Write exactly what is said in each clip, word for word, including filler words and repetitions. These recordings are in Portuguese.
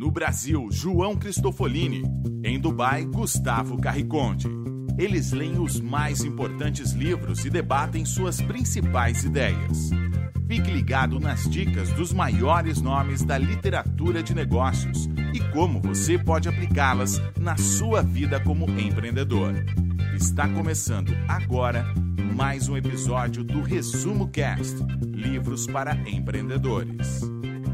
No Brasil, João Cristofolini. Em Dubai, Gustavo Carriconde. Eles leem os mais importantes livros e debatem suas principais ideias. Fique ligado nas dicas dos maiores nomes da literatura de negócios e como você pode aplicá-las na sua vida como empreendedor. Está começando agora mais um episódio do Resumo Cast, livros para empreendedores.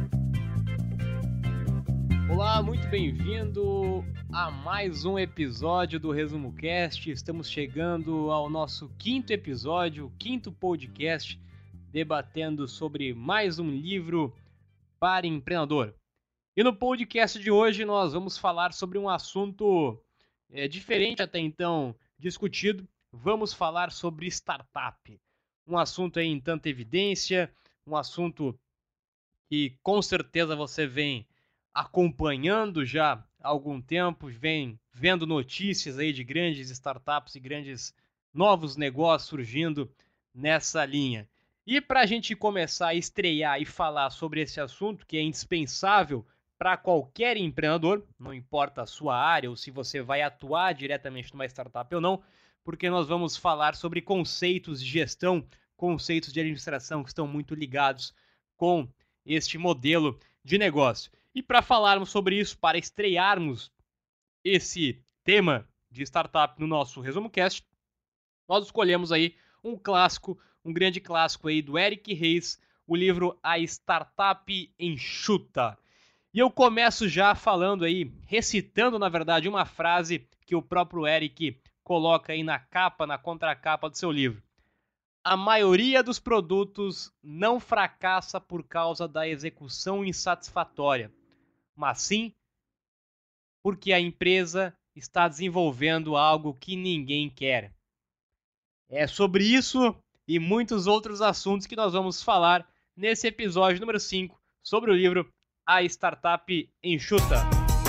Olá, muito bem-vindo a mais um episódio do Resumo Cast. Estamos chegando ao nosso quinto episódio, o quinto podcast, debatendo sobre mais um livro para empreendedor. E no podcast de hoje nós vamos falar sobre um assunto é, diferente até então discutido. Vamos falar sobre startup. Um assunto aí em tanta evidência, um assunto que com certeza você vem acompanhando já há algum tempo, vem vendo notícias aí de grandes startups e grandes novos negócios surgindo nessa linha. E para a gente começar a estrear e falar sobre esse assunto, que é indispensável para qualquer empreendedor, não importa a sua área ou se você vai atuar diretamente numa startup ou não, porque nós vamos falar sobre conceitos de gestão, conceitos de administração que estão muito ligados com este modelo de negócio. E para falarmos sobre isso, para estrearmos esse tema de startup no nosso Resumo Cast, nós escolhemos aí um clássico, um grande clássico aí do Eric Ries, o livro A Startup Enxuta. E eu começo já falando aí, recitando na verdade uma frase que o próprio Eric coloca aí na capa, na contracapa do seu livro. A maioria dos produtos não fracassa por causa da execução insatisfatória, mas sim porque a empresa está desenvolvendo algo que ninguém quer. É sobre isso e muitos outros assuntos que nós vamos falar nesse episódio número cinco sobre o livro A Startup Enxuta.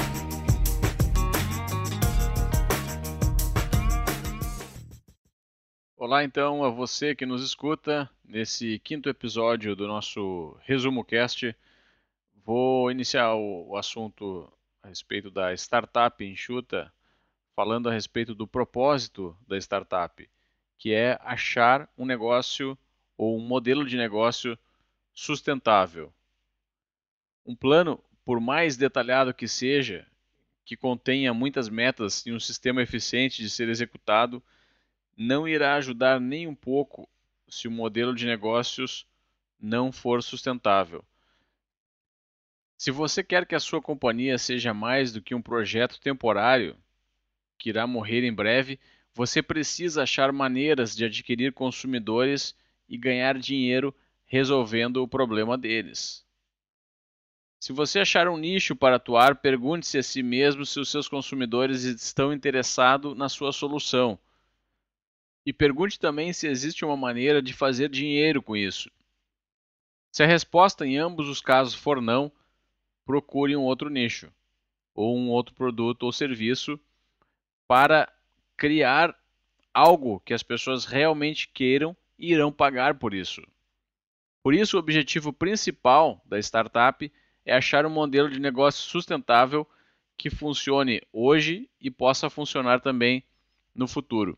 Olá então a você que nos escuta nesse quinto episódio do nosso Resumo Cast. Vou iniciar o, o assunto a respeito da startup enxuta, falando a respeito do propósito da startup, que é achar um negócio ou um modelo de negócio sustentável. Um plano, por mais detalhado que seja, que contenha muitas metas e um sistema eficiente de ser executado, não irá ajudar nem um pouco se o modelo de negócios não for sustentável. Se você quer que a sua companhia seja mais do que um projeto temporário, que irá morrer em breve, você precisa achar maneiras de adquirir consumidores e ganhar dinheiro resolvendo o problema deles. Se você achar um nicho para atuar, pergunte-se a si mesmo se os seus consumidores estão interessados na sua solução. E pergunte também se existe uma maneira de fazer dinheiro com isso. Se a resposta em ambos os casos for não, procure um outro nicho, ou um outro produto ou serviço para criar algo que as pessoas realmente queiram e irão pagar por isso. Por isso, o objetivo principal da startup é achar um modelo de negócio sustentável que funcione hoje e possa funcionar também no futuro.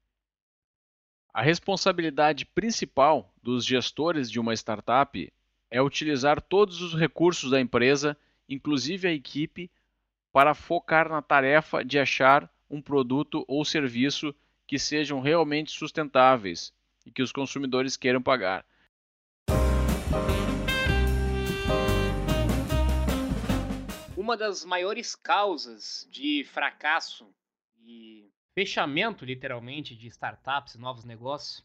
A responsabilidade principal dos gestores de uma startup é utilizar todos os recursos da empresa, inclusive a equipe, para focar na tarefa de achar um produto ou serviço que sejam realmente sustentáveis e que os consumidores queiram pagar. Uma das maiores causas de fracasso e fechamento, literalmente, de startups e novos negócios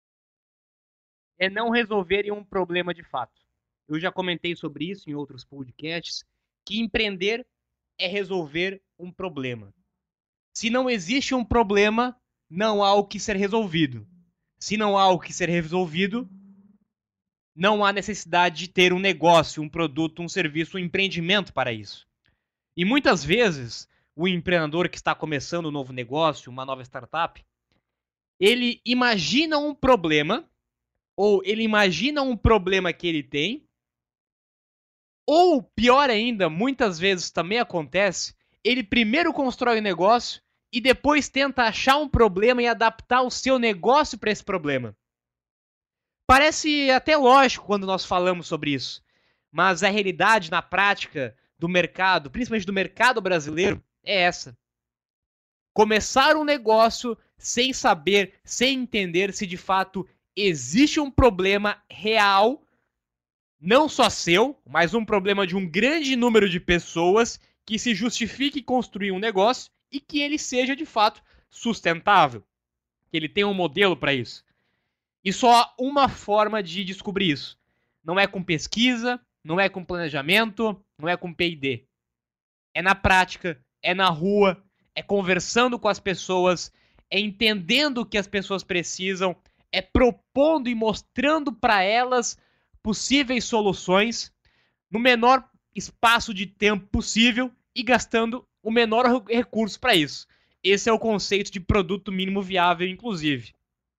é não resolverem um problema de fato. Eu já comentei sobre isso em outros podcasts, que empreender é resolver um problema. Se não existe um problema, não há o que ser resolvido. Se não há o que ser resolvido, não há necessidade de ter um negócio, um produto, um serviço, um empreendimento para isso. E muitas vezes, o empreendedor que está começando um novo negócio, uma nova startup, ele imagina um problema, ou ele imagina um problema que ele tem, Ou, pior ainda, muitas vezes também acontece, ele primeiro constrói o negócio e depois tenta achar um problema e adaptar o seu negócio para esse problema. Parece até lógico quando nós falamos sobre isso, mas a realidade na prática do mercado, principalmente do mercado brasileiro, é essa. Começar um negócio sem saber, sem entender se de fato existe um problema real, não só seu, mas um problema de um grande número de pessoas que se justifique construir um negócio e que ele seja de fato sustentável, que ele tenha um modelo para isso. E só há uma forma de descobrir isso. Não é com pesquisa, não é com planejamento, não é com P e D. É na prática, é na rua, é conversando com as pessoas, é entendendo o que as pessoas precisam, é propondo e mostrando para elas possíveis soluções no menor espaço de tempo possível e gastando o menor recurso para isso. Esse é o conceito de produto mínimo viável, inclusive.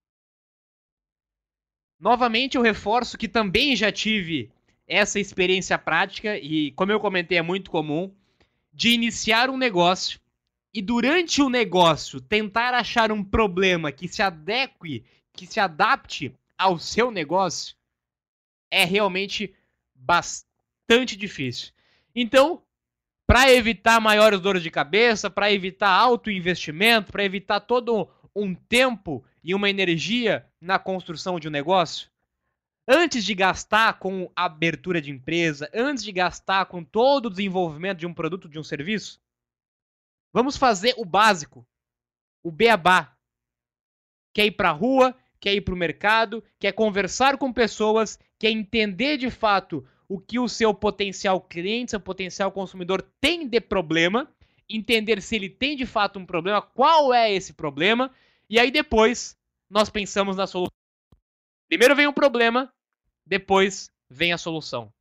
Novamente, eu reforço que também já tive essa experiência prática e, como eu comentei, é muito comum, de iniciar um negócio e, durante o negócio, tentar achar um problema que se adeque, que se adapte ao seu negócio, é realmente bastante difícil. Então, para evitar maiores dores de cabeça, para evitar alto investimento, para evitar todo um tempo e uma energia na construção de um negócio, antes de gastar com a abertura de empresa, antes de gastar com todo o desenvolvimento de um produto, de um serviço, vamos fazer o básico, o beabá. Quer ir para a rua, quer ir para o mercado, quer conversar com pessoas, quer entender de fato o que o seu potencial cliente, seu potencial consumidor tem de problema, entender se ele tem de fato um problema, qual é esse problema, e aí depois nós pensamos na solução. Primeiro vem o problema, depois vem a solução.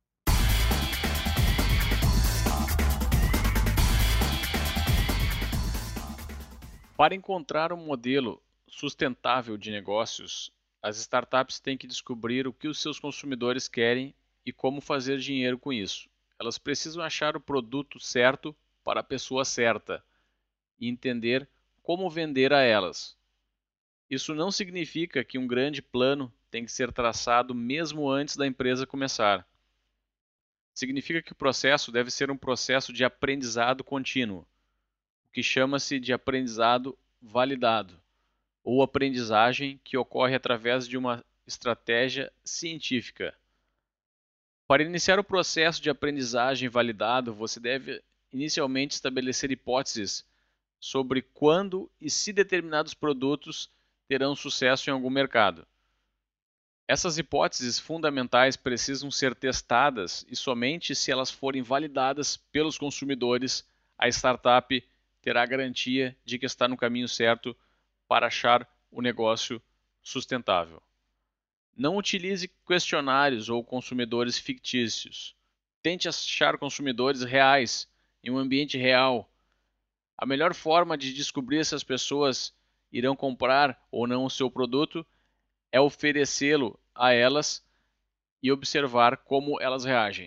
Para encontrar um modelo sustentável de negócios, as startups têm que descobrir o que os seus consumidores querem e como fazer dinheiro com isso. Elas precisam achar o produto certo para a pessoa certa e entender como vender a elas. Isso não significa que um grande plano tem que ser traçado mesmo antes da empresa começar. Significa que o processo deve ser um processo de aprendizado contínuo, o que chama-se de aprendizado validado, ou aprendizagem que ocorre através de uma estratégia científica. Para iniciar o processo de aprendizagem validado, você deve inicialmente estabelecer hipóteses sobre quando e se determinados produtos terão sucesso em algum mercado. Essas hipóteses fundamentais precisam ser testadas e somente se elas forem validadas pelos consumidores, a startup terá a garantia de que está no caminho certo para achar o negócio sustentável. Não utilize questionários ou consumidores fictícios. Tente achar consumidores reais em um ambiente real. A melhor forma de descobrir se as pessoas irão comprar ou não o seu produto é oferecê-lo a elas e observar como elas reagem.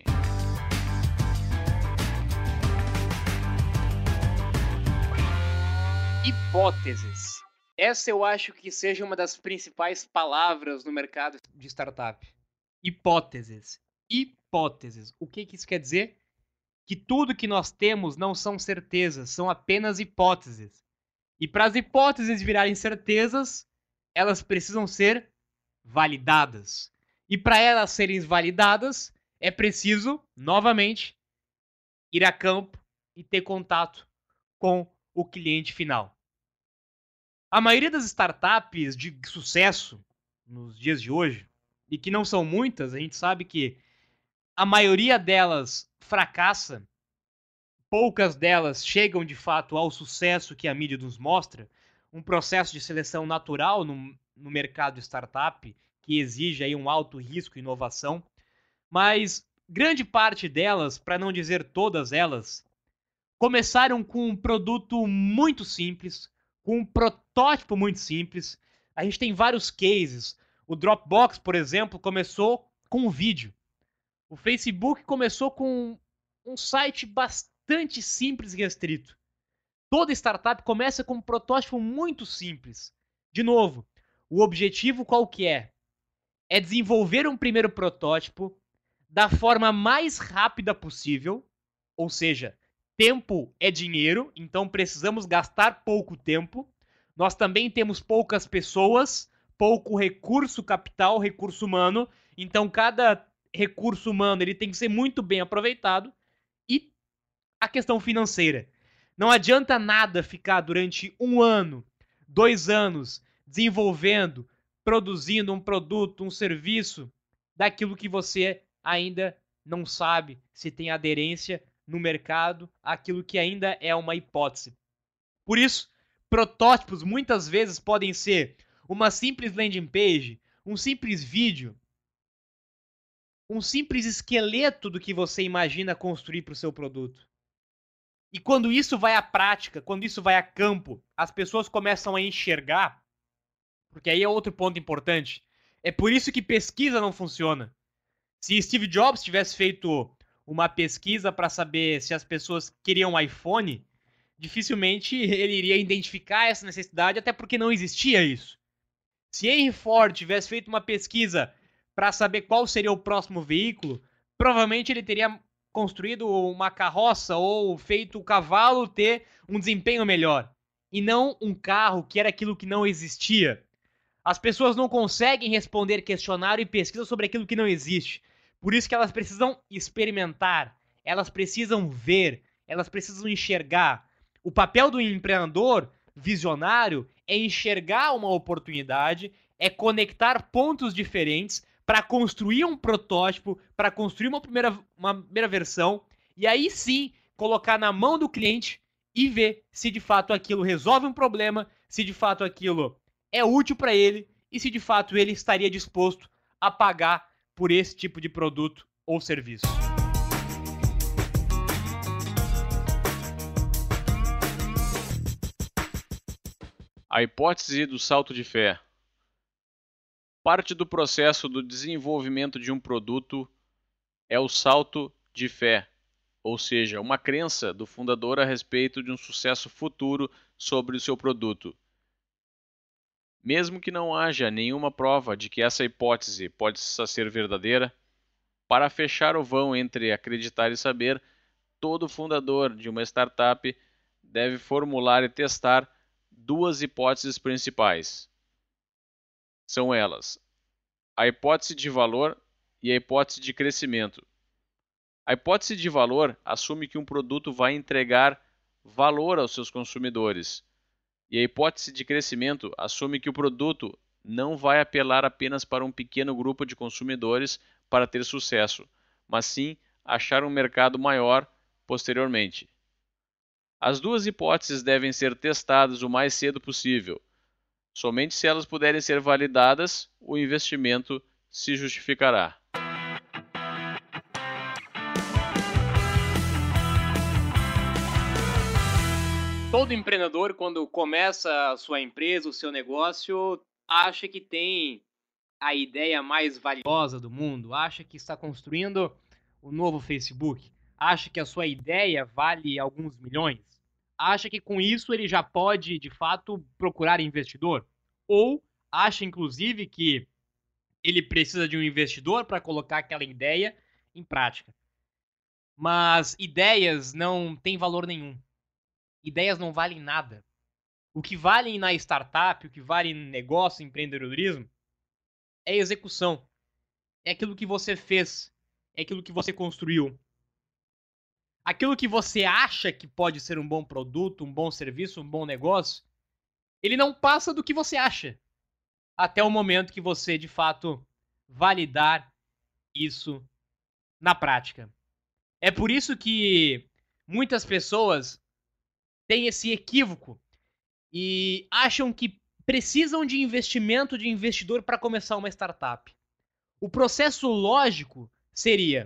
Hipóteses. Essa eu acho que seja uma das principais palavras no mercado de startup. Hipóteses. Hipóteses. O que que isso quer dizer? Que tudo que nós temos não são certezas, são apenas hipóteses. E para as hipóteses virarem certezas, elas precisam ser validadas. E para elas serem validadas, é preciso, novamente, ir a campo e ter contato com o cliente final. A maioria das startups de sucesso nos dias de hoje, e que não são muitas, a gente sabe que a maioria delas fracassa, poucas delas chegam de fato ao sucesso que a mídia nos mostra, um processo de seleção natural no, no mercado startup, que exige aí um alto risco e inovação, mas grande parte delas, para não dizer todas elas, começaram com um produto muito simples, com um protótipo muito simples. A gente tem vários cases. O Dropbox, por exemplo, começou com um vídeo. O Facebook começou com um site bastante simples e restrito. Toda startup começa com um protótipo muito simples. De novo, o objetivo qual que é? É desenvolver um primeiro protótipo da forma mais rápida possível, ou seja, tempo é dinheiro, então precisamos gastar pouco tempo. Nós também temos poucas pessoas, pouco recurso capital, recurso humano, então cada recurso humano ele tem que ser muito bem aproveitado. E a questão financeira. Não adianta nada ficar durante um ano, dois anos, desenvolvendo, produzindo um produto, um serviço, daquilo que você ainda não sabe se tem aderência no mercado, aquilo que ainda é uma hipótese. Por isso, protótipos muitas vezes podem ser uma simples landing page, um simples vídeo, um simples esqueleto do que você imagina construir para o seu produto. E quando isso vai à prática, quando isso vai a campo, as pessoas começam a enxergar, porque aí é outro ponto importante, é por isso que pesquisa não funciona. Se Steve Jobs tivesse feito uma pesquisa para saber se as pessoas queriam um iPhone, dificilmente ele iria identificar essa necessidade, até porque não existia isso. Se Henry Ford tivesse feito uma pesquisa para saber qual seria o próximo veículo, provavelmente ele teria construído uma carroça ou feito o cavalo ter um desempenho melhor. E não um carro que era aquilo que não existia. As pessoas não conseguem responder questionário e pesquisa sobre aquilo que não existe. Por isso que elas precisam experimentar, elas precisam ver, elas precisam enxergar. O papel do empreendedor visionário é enxergar uma oportunidade, é conectar pontos diferentes para construir um protótipo, para construir uma primeira, uma primeira versão, e aí sim colocar na mão do cliente e ver se de fato aquilo resolve um problema, se de fato aquilo é útil para ele e se de fato ele estaria disposto a pagar por esse tipo de produto ou serviço. A hipótese do salto de fé. Parte do processo do desenvolvimento de um produto é o salto de fé, ou seja, uma crença do fundador a respeito de um sucesso futuro sobre o seu produto. Mesmo que não haja nenhuma prova de que essa hipótese pode ser verdadeira, para fechar o vão entre acreditar e saber, todo fundador de uma startup deve formular e testar duas hipóteses principais. São elas: a hipótese de valor e a hipótese de crescimento. A hipótese de valor assume que um produto vai entregar valor aos seus consumidores. E a hipótese de crescimento assume que o produto não vai apelar apenas para um pequeno grupo de consumidores para ter sucesso, mas sim achar um mercado maior posteriormente. As duas hipóteses devem ser testadas o mais cedo possível. Somente se elas puderem ser validadas, o investimento se justificará. Todo empreendedor, quando começa a sua empresa, o seu negócio, acha que tem a ideia mais valiosa do mundo, acha que está construindo o novo Facebook, acha que a sua ideia vale alguns milhões, acha que com isso ele já pode, de fato, procurar investidor, ou acha, inclusive, que ele precisa de um investidor para colocar aquela ideia em prática. Mas ideias não têm valor nenhum. Ideias não valem nada. O que vale na startup, o que vale no negócio, empreendedorismo, é execução. É aquilo que você fez. É aquilo que você construiu. Aquilo que você acha que pode ser um bom produto, um bom serviço, um bom negócio, ele não passa do que você acha. Até o momento que você, de fato, validar isso na prática. É por isso que muitas pessoas têm esse equívoco e acham que precisam de investimento de investidor para começar uma startup. O processo lógico seria: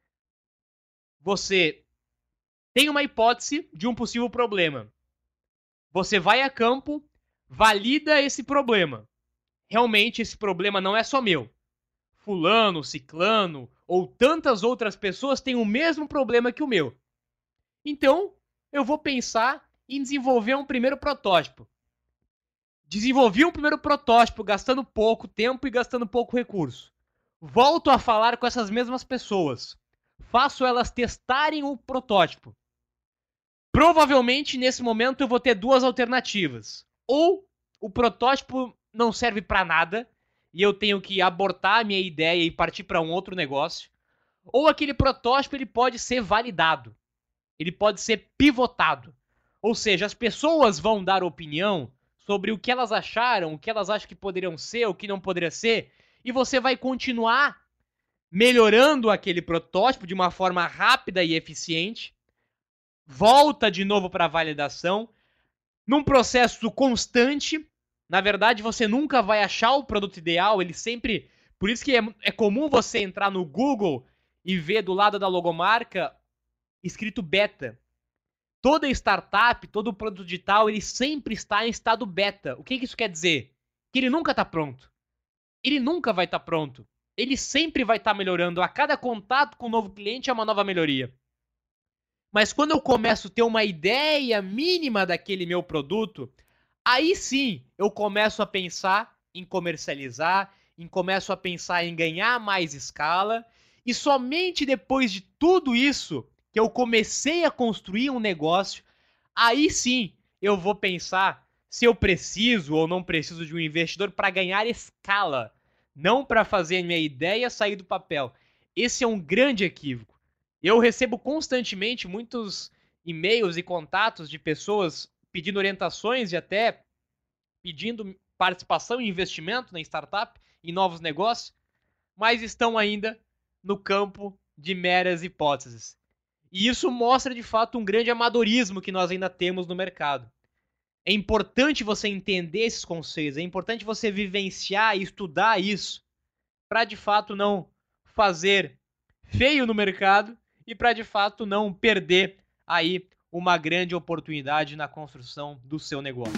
você tem uma hipótese de um possível problema. Você vai a campo, valida esse problema. Realmente esse problema não é só meu. fulano, ciclano ou tantas outras pessoas têm o mesmo problema que o meu. Então, eu vou pensar em desenvolver um primeiro protótipo. Desenvolvi um primeiro protótipo gastando pouco tempo e gastando pouco recurso. Volto a falar com essas mesmas pessoas. Faço elas testarem o protótipo. Provavelmente, nesse momento, eu vou ter duas alternativas. Ou o protótipo não serve para nada e eu tenho que abortar a minha ideia e partir para um outro negócio. Ou aquele protótipo ele pode ser validado. Ele pode ser pivotado. Ou seja, as pessoas vão dar opinião sobre o que elas acharam, o que elas acham que poderiam ser, o que não poderia ser, e você vai continuar melhorando aquele protótipo de uma forma rápida e eficiente, volta de novo para a validação, num processo constante. Na verdade, você nunca vai achar o produto ideal, ele sempre... Por isso que é, é comum você entrar no Google e ver do lado da logomarca escrito beta. Toda startup, todo produto digital, ele sempre está em estado beta. O que isso quer dizer? Que ele nunca está pronto. Ele nunca vai estar pronto. Ele sempre vai estar melhorando. A cada contato com um novo cliente é uma nova melhoria. Mas quando eu começo a ter uma ideia mínima daquele meu produto, aí sim eu começo a pensar em comercializar, em começo a pensar em ganhar mais escala. E somente depois de tudo isso que eu comecei a construir um negócio, aí sim eu vou pensar se eu preciso ou não preciso de um investidor para ganhar escala, não para fazer a minha ideia sair do papel. Esse é um grande equívoco. Eu recebo constantemente muitos e-mails e contatos de pessoas pedindo orientações e até pedindo participação e investimento na startup, em novos negócios, mas estão ainda no campo de meras hipóteses. E isso mostra, de fato, um grande amadorismo que nós ainda temos no mercado. É importante você entender esses conceitos, é importante você vivenciar e estudar isso para, de fato, não fazer feio no mercado e para, de fato, não perder aí uma grande oportunidade na construção do seu negócio.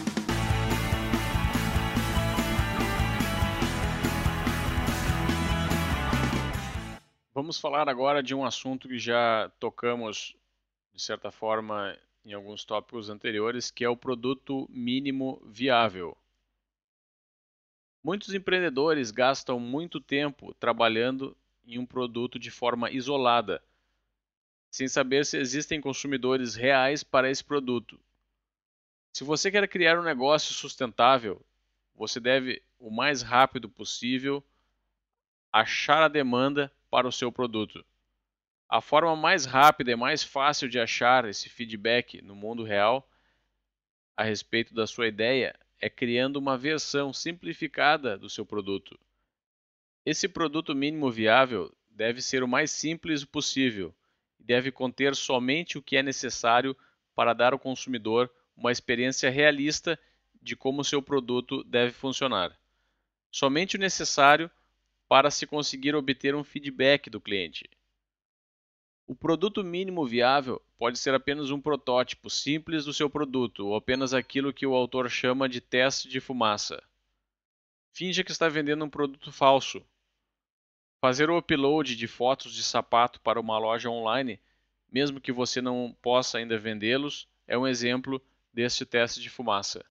Vamos falar agora de um assunto que já tocamos, de certa forma, em alguns tópicos anteriores, que é o produto mínimo viável. Muitos empreendedores gastam muito tempo trabalhando em um produto de forma isolada, sem saber se existem consumidores reais para esse produto. Se você quer criar um negócio sustentável, você deve, o mais rápido possível, achar a demanda para o seu produto. A forma mais rápida e mais fácil de achar esse feedback no mundo real a respeito da sua ideia é criando uma versão simplificada do seu produto. Esse produto mínimo viável deve ser o mais simples possível e deve conter somente o que é necessário para dar ao consumidor uma experiência realista de como o seu produto deve funcionar. Somente o necessário para se conseguir obter um feedback do cliente. O produto mínimo viável pode ser apenas um protótipo simples do seu produto ou apenas aquilo que o autor chama de teste de fumaça. Finja que está vendendo um produto falso. Fazer o upload de fotos de sapato para uma loja online, mesmo que você não possa ainda vendê-los, é um exemplo deste teste de fumaça.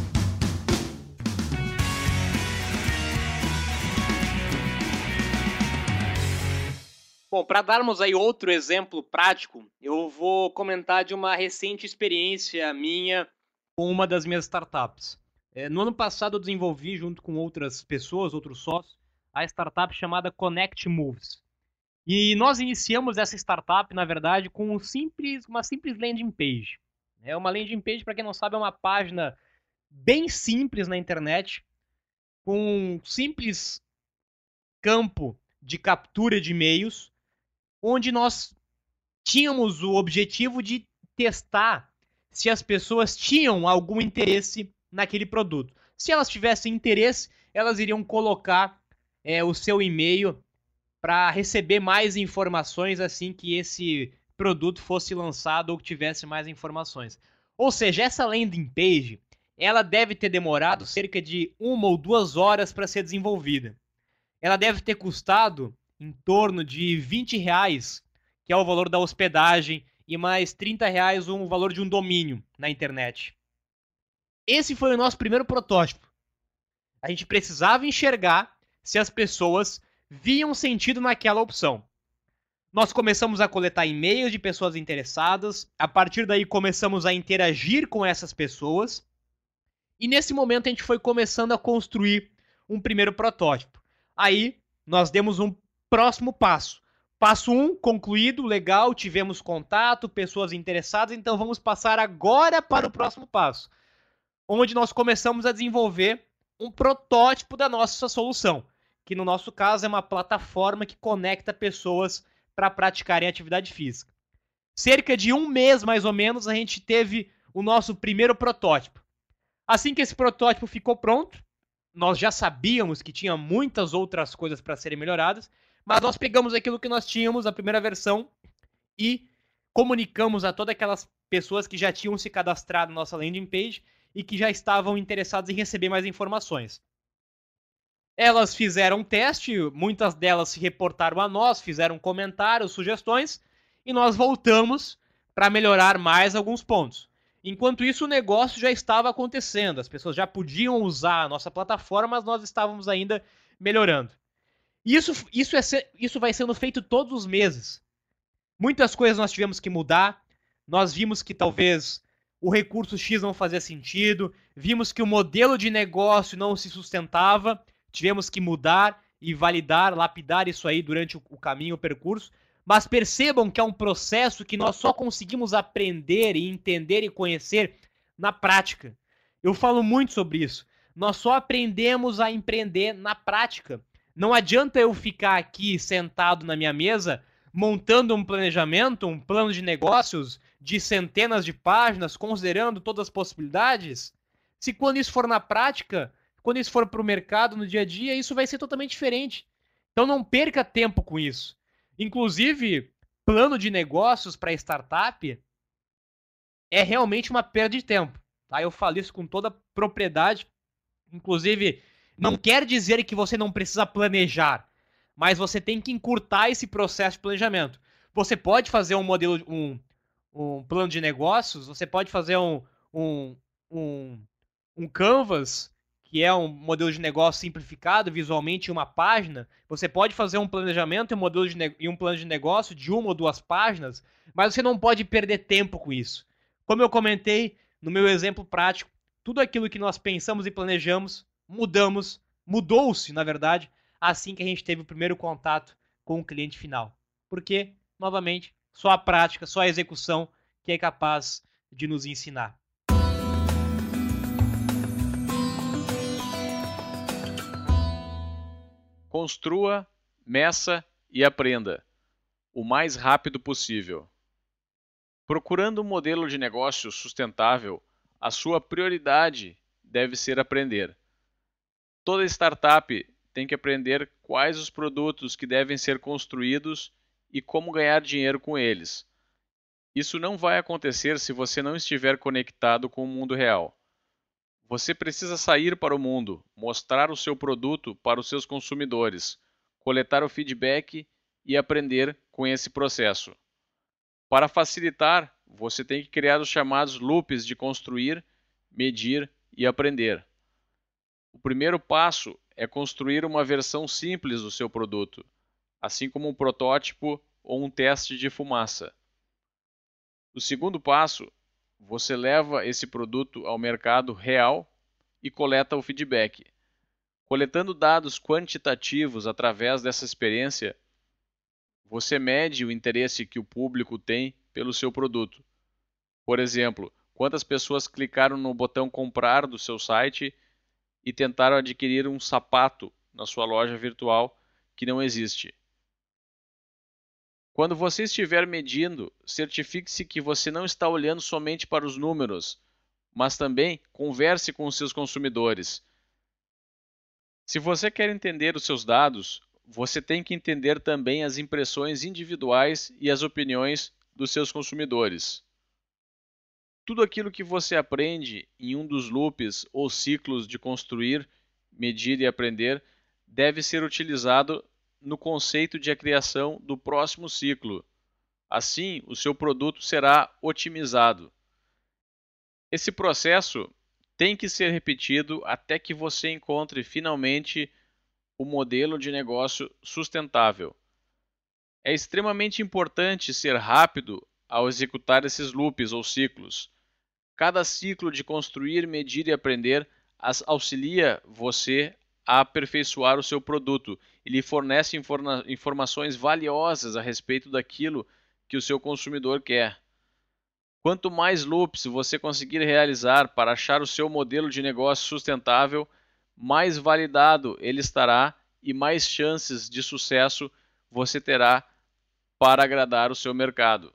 Bom, para darmos aí outro exemplo prático, eu vou comentar de uma recente experiência minha com uma das minhas startups. É, no ano passado eu desenvolvi, junto com outras pessoas, outros sócios, a startup chamada Connect Moves. E nós iniciamos essa startup, na verdade, com um simples, uma simples landing page. É uma landing page, para quem não sabe, é uma página bem simples na internet, com um simples campo de captura de e-mails, onde nós tínhamos o objetivo de testar se as pessoas tinham algum interesse naquele produto. Se elas tivessem interesse, elas iriam colocar é, o seu e-mail para receber mais informações assim que esse produto fosse lançado ou que tivesse mais informações. Ou seja, essa landing page, ela deve ter demorado cerca de uma ou duas horas para ser desenvolvida. ela deve ter custado em torno de vinte reais, que é o valor da hospedagem, e mais trinta reais o valor de um domínio na internet. Esse foi o nosso primeiro protótipo. A gente precisava enxergar se as pessoas viam sentido naquela opção. Nós começamos a coletar e-mails de pessoas interessadas, a partir daí começamos a interagir com essas pessoas, e nesse momento a gente foi começando a construir um primeiro protótipo. Aí nós demos um próximo passo. Passo um, concluído, legal, tivemos contato, pessoas interessadas, então vamos passar agora para o próximo passo, onde nós começamos a desenvolver um protótipo da nossa solução, que no nosso caso é uma plataforma que conecta pessoas para praticarem atividade física. Cerca de um mês, mais ou menos, a gente teve o nosso primeiro protótipo. Assim que esse protótipo ficou pronto, nós já sabíamos que tinha muitas outras coisas para serem melhoradas, mas nós pegamos aquilo que nós tínhamos, a primeira versão, e comunicamos a todas aquelas pessoas que já tinham se cadastrado na nossa landing page e que já estavam interessadas em receber mais informações. Elas fizeram um teste, muitas delas se reportaram a nós, fizeram comentários, sugestões, e nós voltamos para melhorar mais alguns pontos. Enquanto isso, o negócio já estava acontecendo, as pessoas já podiam usar a nossa plataforma, mas nós estávamos ainda melhorando. Isso, isso, é, isso vai sendo feito todos os meses. Muitas coisas nós tivemos que mudar, nós vimos que talvez o recurso X não fazia sentido, vimos que o modelo de negócio não se sustentava, tivemos que mudar e validar, lapidar isso aí durante o caminho, o percurso, mas percebam que é um processo que nós só conseguimos aprender e entender e conhecer na prática. Eu falo muito sobre isso. Nós só aprendemos a empreender na prática. Não adianta eu ficar aqui sentado na minha mesa montando um planejamento, um plano de negócios de centenas de páginas, considerando todas as possibilidades, se quando isso for na prática, quando isso for para o mercado no dia a dia, isso vai ser totalmente diferente. Então não perca tempo com isso. Inclusive, plano de negócios para startup é realmente uma perda de tempo. Tá? Eu falo isso com toda propriedade. Inclusive, não quer dizer que você não precisa planejar, mas você tem que encurtar esse processo de planejamento. Você pode fazer um modelo, um, um plano de negócios, você pode fazer um, um, um, um Canvas, que é um modelo de negócio simplificado visualmente em uma página. Você pode fazer um planejamento e um, modelo de e um plano de negócio de uma ou duas páginas, mas você não pode perder tempo com isso. Como eu comentei no meu exemplo prático, tudo aquilo que nós pensamos e planejamos, mudamos, mudou-se, na verdade, assim que a gente teve o primeiro contato com o cliente final. Porque, novamente, só a prática, só a execução que é capaz de nos ensinar. Construa, meça e aprenda o mais rápido possível. Procurando um modelo de negócio sustentável, a sua prioridade deve ser aprender. Toda startup tem que aprender quais os produtos que devem ser construídos e como ganhar dinheiro com eles. Isso não vai acontecer se você não estiver conectado com o mundo real. Você precisa sair para o mundo, mostrar o seu produto para os seus consumidores, coletar o feedback e aprender com esse processo. Para facilitar, você tem que criar os chamados loops de construir, medir e aprender. O primeiro passo é construir uma versão simples do seu produto, assim como um protótipo ou um teste de fumaça. O segundo passo, você leva esse produto ao mercado real e coleta o feedback. Coletando dados quantitativos através dessa experiência, você mede o interesse que o público tem pelo seu produto. Por exemplo, quantas pessoas clicaram no botão comprar do seu site e tentaram adquirir um sapato na sua loja virtual que não existe. Quando você estiver medindo, certifique-se que você não está olhando somente para os números, mas também converse com os seus consumidores. Se você quer entender os seus dados, você tem que entender também as impressões individuais e as opiniões dos seus consumidores. Tudo aquilo que você aprende em um dos loops ou ciclos de construir, medir e aprender deve ser utilizado no conceito de a criação do próximo ciclo. Assim, o seu produto será otimizado. Esse processo tem que ser repetido até que você encontre finalmente o modelo de negócio sustentável. É extremamente importante ser rápido ao executar esses loops ou ciclos. Cada ciclo de construir, medir e aprender auxilia você a aperfeiçoar o seu produto e lhe fornece informa- informações valiosas a respeito daquilo que o seu consumidor quer. Quanto mais loops você conseguir realizar para achar o seu modelo de negócio sustentável, mais validado ele estará e mais chances de sucesso você terá para agradar o seu mercado.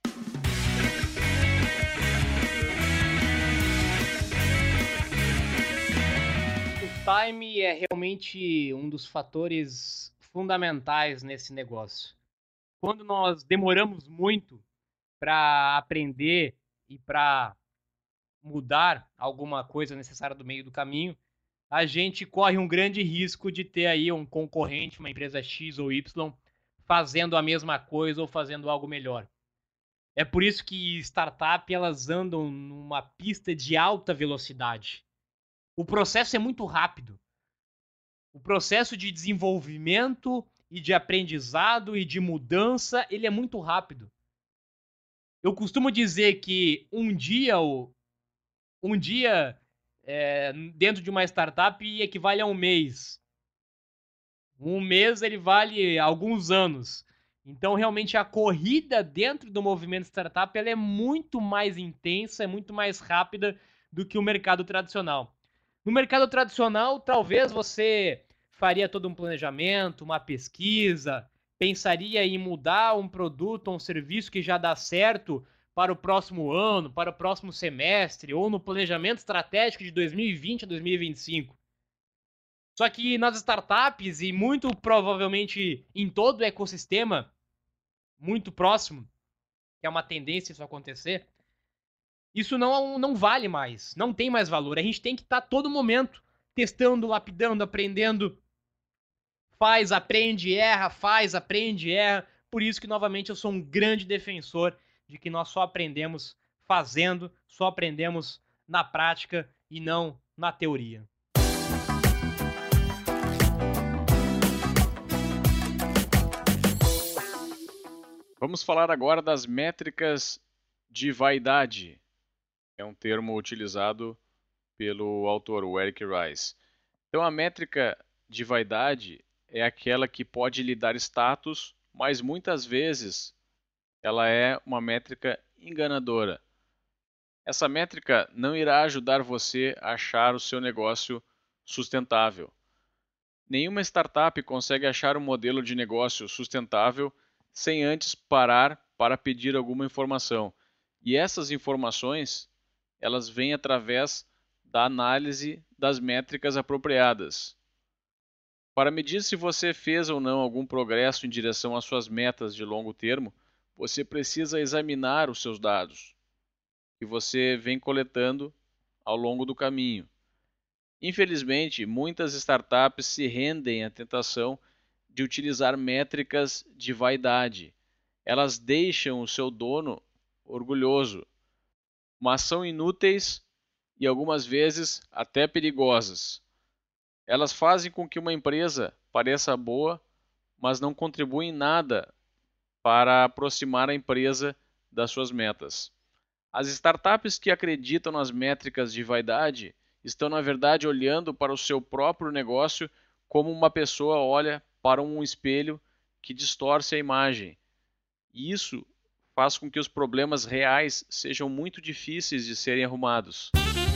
O time é realmente um dos fatores fundamentais nesse negócio. Quando nós demoramos muito para aprender e para mudar alguma coisa necessária do meio do caminho, a gente corre um grande risco de ter aí um concorrente, uma empresa X ou Y, fazendo a mesma coisa ou fazendo algo melhor. É por isso que startup elas andam numa pista de alta velocidade. O processo é muito rápido. O processo de desenvolvimento e de aprendizado e de mudança, ele é muito rápido. Eu costumo dizer que um dia, um dia é, dentro de uma startup equivale a um mês. Um mês ele vale alguns anos. Então, realmente, a corrida dentro do movimento startup ela é muito mais intensa, é muito mais rápida do que o mercado tradicional. No mercado tradicional, talvez você faria todo um planejamento, uma pesquisa, pensaria em mudar um produto ou um serviço que já dá certo para o próximo ano, para o próximo semestre, ou no planejamento estratégico de dois mil e vinte a dois mil e vinte e cinco. Só que nas startups, e muito provavelmente em todo o ecossistema, muito próximo, que é uma tendência isso acontecer, isso não, não vale mais, não tem mais valor. A gente tem que estar tá, todo momento testando, lapidando, aprendendo. Faz, aprende, erra, faz, aprende, erra. Por isso que, novamente, eu sou um grande defensor de que nós só aprendemos fazendo, só aprendemos na prática e não na teoria. Vamos falar agora das métricas de vaidade. É um termo utilizado pelo autor, o Eric Rice. Então, a métrica de vaidade é aquela que pode lhe dar status, mas muitas vezes ela é uma métrica enganadora. Essa métrica não irá ajudar você a achar o seu negócio sustentável. Nenhuma startup consegue achar um modelo de negócio sustentável sem antes parar para pedir alguma informação. E essas informações, elas vêm através da análise das métricas apropriadas. Para medir se você fez ou não algum progresso em direção às suas metas de longo termo, você precisa examinar os seus dados que você vem coletando ao longo do caminho. Infelizmente, muitas startups se rendem à tentação de utilizar métricas de vaidade. Elas deixam o seu dono orgulhoso, mas são inúteis e algumas vezes até perigosas. Elas fazem com que uma empresa pareça boa, mas não contribuem em nada para aproximar a empresa das suas metas. As startups que acreditam nas métricas de vaidade estão, na verdade, olhando para o seu próprio negócio como uma pessoa olha para um espelho que distorce a imagem. E isso faz com que os problemas reais sejam muito difíceis de serem arrumados.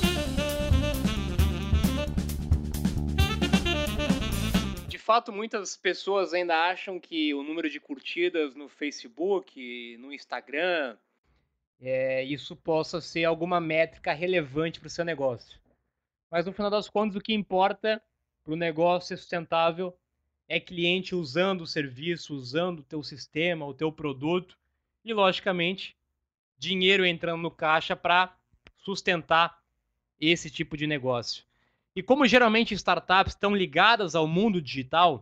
De fato, muitas pessoas ainda acham que o número de curtidas no Facebook, no Instagram, é, isso possa ser alguma métrica relevante para o seu negócio. Mas no final das contas, o que importa para o negócio ser sustentável é cliente usando o serviço, usando o teu sistema, o teu produto e, logicamente, dinheiro entrando no caixa para sustentar esse tipo de negócio. E como geralmente startups estão ligadas ao mundo digital,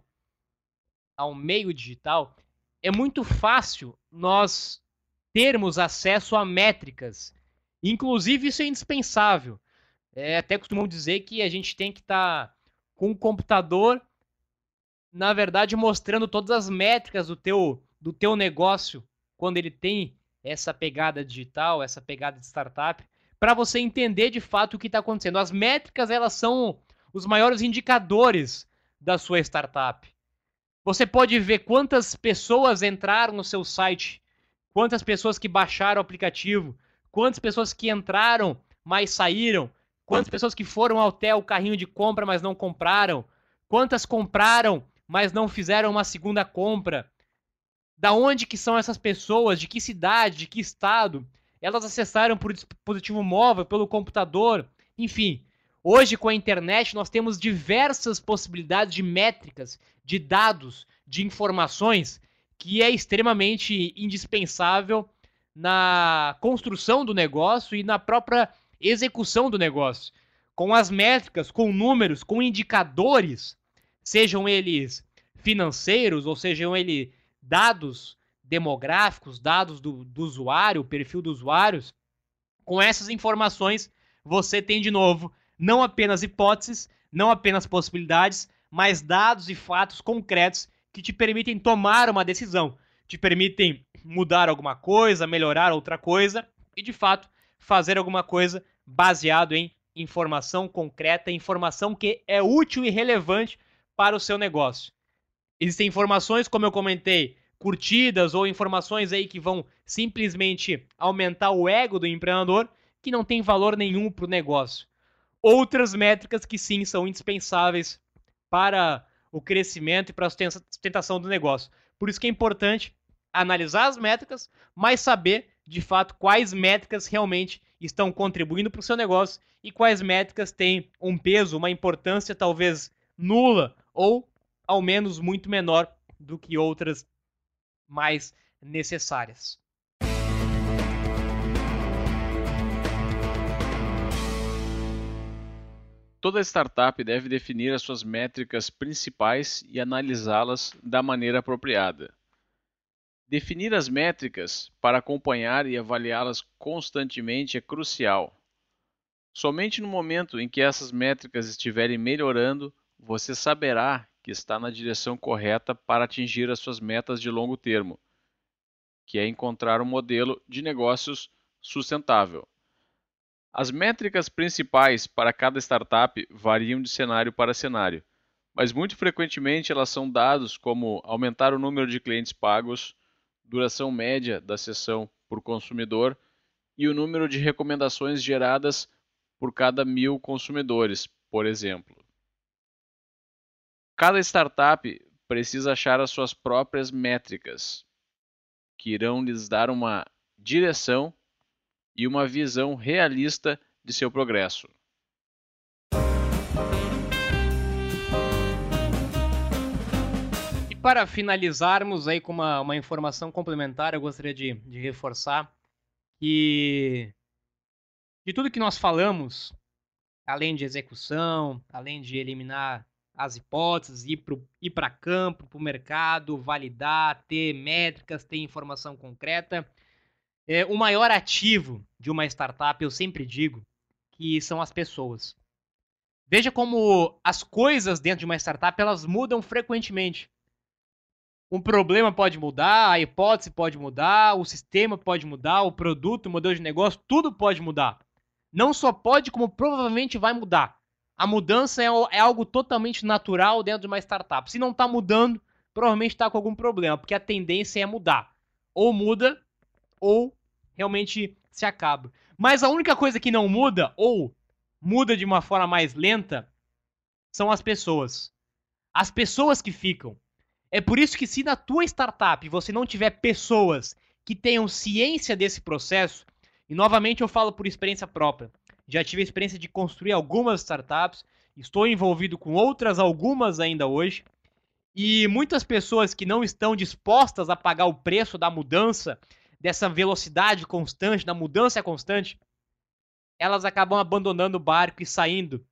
ao meio digital, é muito fácil nós termos acesso a métricas. Inclusive, isso é indispensável. É, até costumam dizer que a gente tem que estar tá com o computador, na verdade, mostrando todas as métricas do teu, do teu negócio, quando ele tem essa pegada digital, essa pegada de startup, para você entender de fato o que está acontecendo. As métricas, elas são os maiores indicadores da sua startup. Você pode ver quantas pessoas entraram no seu site, quantas pessoas que baixaram o aplicativo, quantas pessoas que entraram, mas saíram, quantas pessoas que foram até o carrinho de compra, mas não compraram, quantas compraram, mas não fizeram uma segunda compra. Da onde que são essas pessoas, de que cidade, de que estado, elas acessaram por dispositivo móvel, pelo computador, enfim. Hoje, com a internet, nós temos diversas possibilidades de métricas, de dados, de informações, que é extremamente indispensável na construção do negócio e na própria execução do negócio. Com as métricas, com números, com indicadores, sejam eles financeiros, ou sejam eles dados demográficos, dados do, do usuário, o perfil dos usuários, com essas informações você tem de novo não apenas hipóteses, não apenas possibilidades, mas dados e fatos concretos que te permitem tomar uma decisão, te permitem mudar alguma coisa, melhorar outra coisa e, de fato, fazer alguma coisa baseado em informação concreta, informação que é útil e relevante para o seu negócio. Existem informações, como eu comentei, curtidas ou informações aí que vão simplesmente aumentar o ego do empreendedor, que não tem valor nenhum para o negócio. Outras métricas que sim são indispensáveis para o crescimento e para a sustentação do negócio. Por isso que é importante analisar as métricas, mas saber de fato quais métricas realmente estão contribuindo para o seu negócio e quais métricas têm um peso, uma importância talvez nula ou ao menos muito menor do que outras mais necessárias. Toda startup deve definir as suas métricas principais e analisá-las da maneira apropriada. Definir as métricas para acompanhar e avaliá-las constantemente é crucial. Somente no momento em que essas métricas estiverem melhorando, você saberá que está na direção correta para atingir as suas metas de longo termo, que é encontrar um modelo de negócios sustentável. As métricas principais para cada startup variam de cenário para cenário, mas muito frequentemente elas são dados como aumentar o número de clientes pagos, duração média da sessão por consumidor e o número de recomendações geradas por cada mil consumidores, por exemplo. Cada startup precisa achar as suas próprias métricas, que irão lhes dar uma direção e uma visão realista de seu progresso. E para finalizarmos aí com uma, uma informação complementar, eu gostaria de, de reforçar que de tudo que nós falamos, além de execução, além de eliminar as hipóteses, ir para campo, para o mercado, validar, ter métricas, ter informação concreta. É, o maior ativo de uma startup, eu sempre digo, que são as pessoas. Veja como as coisas dentro de uma startup, elas mudam frequentemente. Um problema pode mudar, a hipótese pode mudar, o sistema pode mudar, o produto, o modelo de negócio, tudo pode mudar. Não só pode, como provavelmente vai mudar. A mudança é, é algo totalmente natural dentro de uma startup. Se não está mudando, provavelmente está com algum problema, porque a tendência é mudar. Ou muda, ou realmente se acaba. Mas a única coisa que não muda, ou muda de uma forma mais lenta, são as pessoas. As pessoas que ficam. É por isso que se na tua startup você não tiver pessoas que tenham ciência desse processo, e novamente eu falo por experiência própria, já tive a experiência de construir algumas startups, estou envolvido com outras, algumas ainda hoje, e muitas pessoas que não estão dispostas a pagar o preço da mudança, dessa velocidade constante, da mudança constante, elas acabam abandonando o barco e saindo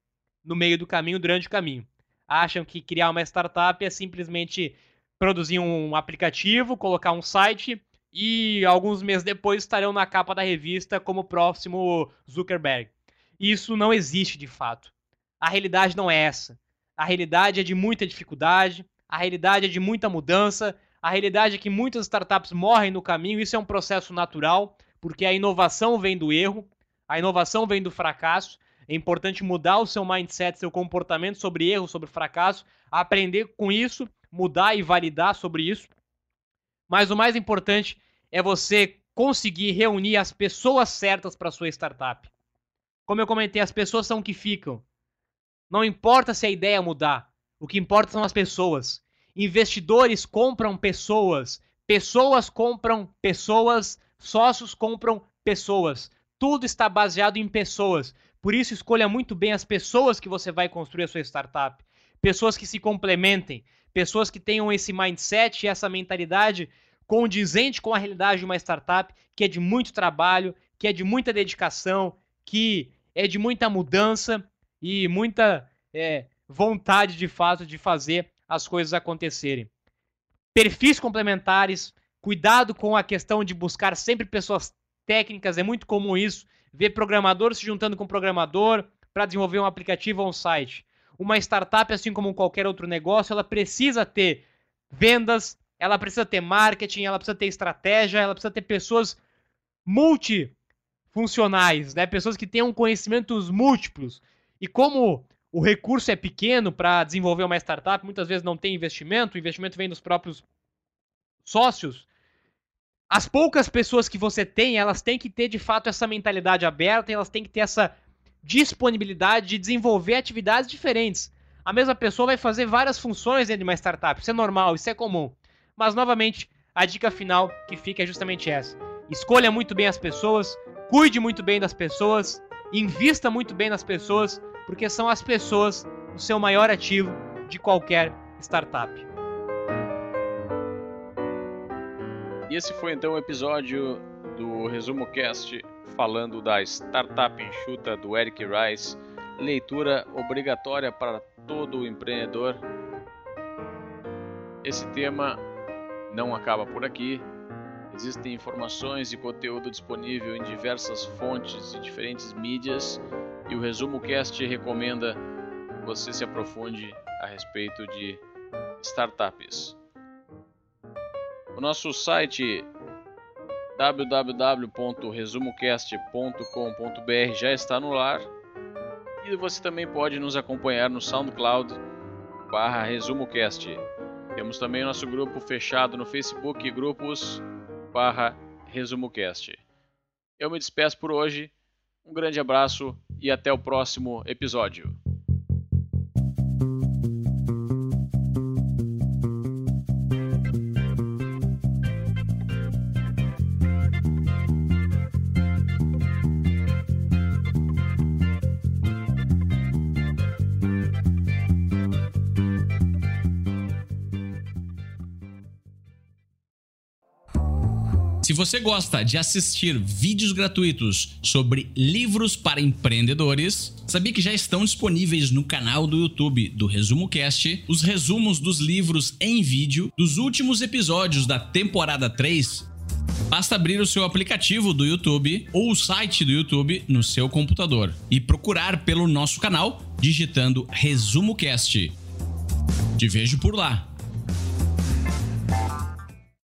no meio do caminho, durante o caminho. Acham que criar uma startup é simplesmente produzir um aplicativo, colocar um site e alguns meses depois estarão na capa da revista como o próximo Zuckerberg. Isso não existe de fato. A realidade não é essa. A realidade é de muita dificuldade, a realidade é de muita mudança, a realidade é que muitas startups morrem no caminho, isso é um processo natural, porque a inovação vem do erro, a inovação vem do fracasso. É importante mudar o seu mindset, seu comportamento sobre erro, sobre fracasso, aprender com isso, mudar e validar sobre isso. Mas o mais importante é você conseguir reunir as pessoas certas para a sua startup. Como eu comentei, as pessoas são que ficam. Não importa se a ideia mudar, o que importa são as pessoas. Investidores compram pessoas, pessoas compram pessoas, sócios compram pessoas. Tudo está baseado em pessoas. Por isso, escolha muito bem as pessoas que você vai construir a sua startup. Pessoas que se complementem, pessoas que tenham esse mindset e essa mentalidade condizente com a realidade de uma startup, que é de muito trabalho, que é de muita dedicação, que é de muita mudança e muita é, vontade, de fato, de fazer as coisas acontecerem. Perfis complementares, cuidado com a questão de buscar sempre pessoas técnicas, é muito comum isso, ver programador se juntando com programador para desenvolver um aplicativo ou um site. Uma startup, assim como qualquer outro negócio, ela precisa ter vendas, ela precisa ter marketing, ela precisa ter estratégia, ela precisa ter pessoas multifuncionais, né? Pessoas que tenham conhecimentos múltiplos. E como o recurso é pequeno para desenvolver uma startup, muitas vezes não tem investimento, o investimento vem dos próprios sócios. As poucas pessoas que você tem, elas têm que ter de fato essa mentalidade aberta, elas têm que ter essa disponibilidade de desenvolver atividades diferentes. A mesma pessoa vai fazer várias funções dentro de uma startup, isso é normal, isso é comum. Mas, novamente, a dica final que fica é justamente essa. Escolha muito bem as pessoas, cuide muito bem das pessoas, invista muito bem nas pessoas, porque são as pessoas o seu maior ativo de qualquer startup. E esse foi então o episódio do Resumo Cast falando da Startup Enxuta do Eric Rice, leitura obrigatória para todo empreendedor. Esse tema não acaba por aqui, existem informações e conteúdo disponível em diversas fontes e diferentes mídias, e o Resumo Cast recomenda que você se aprofunde a respeito de startups. O nosso site w w w ponto resumocast ponto com ponto b r já está no ar e você também pode nos acompanhar no SoundCloud barra ResumoCast. Temos também o nosso grupo fechado no Facebook, grupos barra ResumoCast. Eu me despeço por hoje, um grande abraço e até o próximo episódio. Se você gosta de assistir vídeos gratuitos sobre livros para empreendedores, sabia que já estão disponíveis no canal do YouTube do ResumoCast os resumos dos livros em vídeo dos últimos episódios da temporada três? Basta abrir o seu aplicativo do YouTube ou o site do YouTube no seu computador e procurar pelo nosso canal digitando ResumoCast. Te vejo por lá.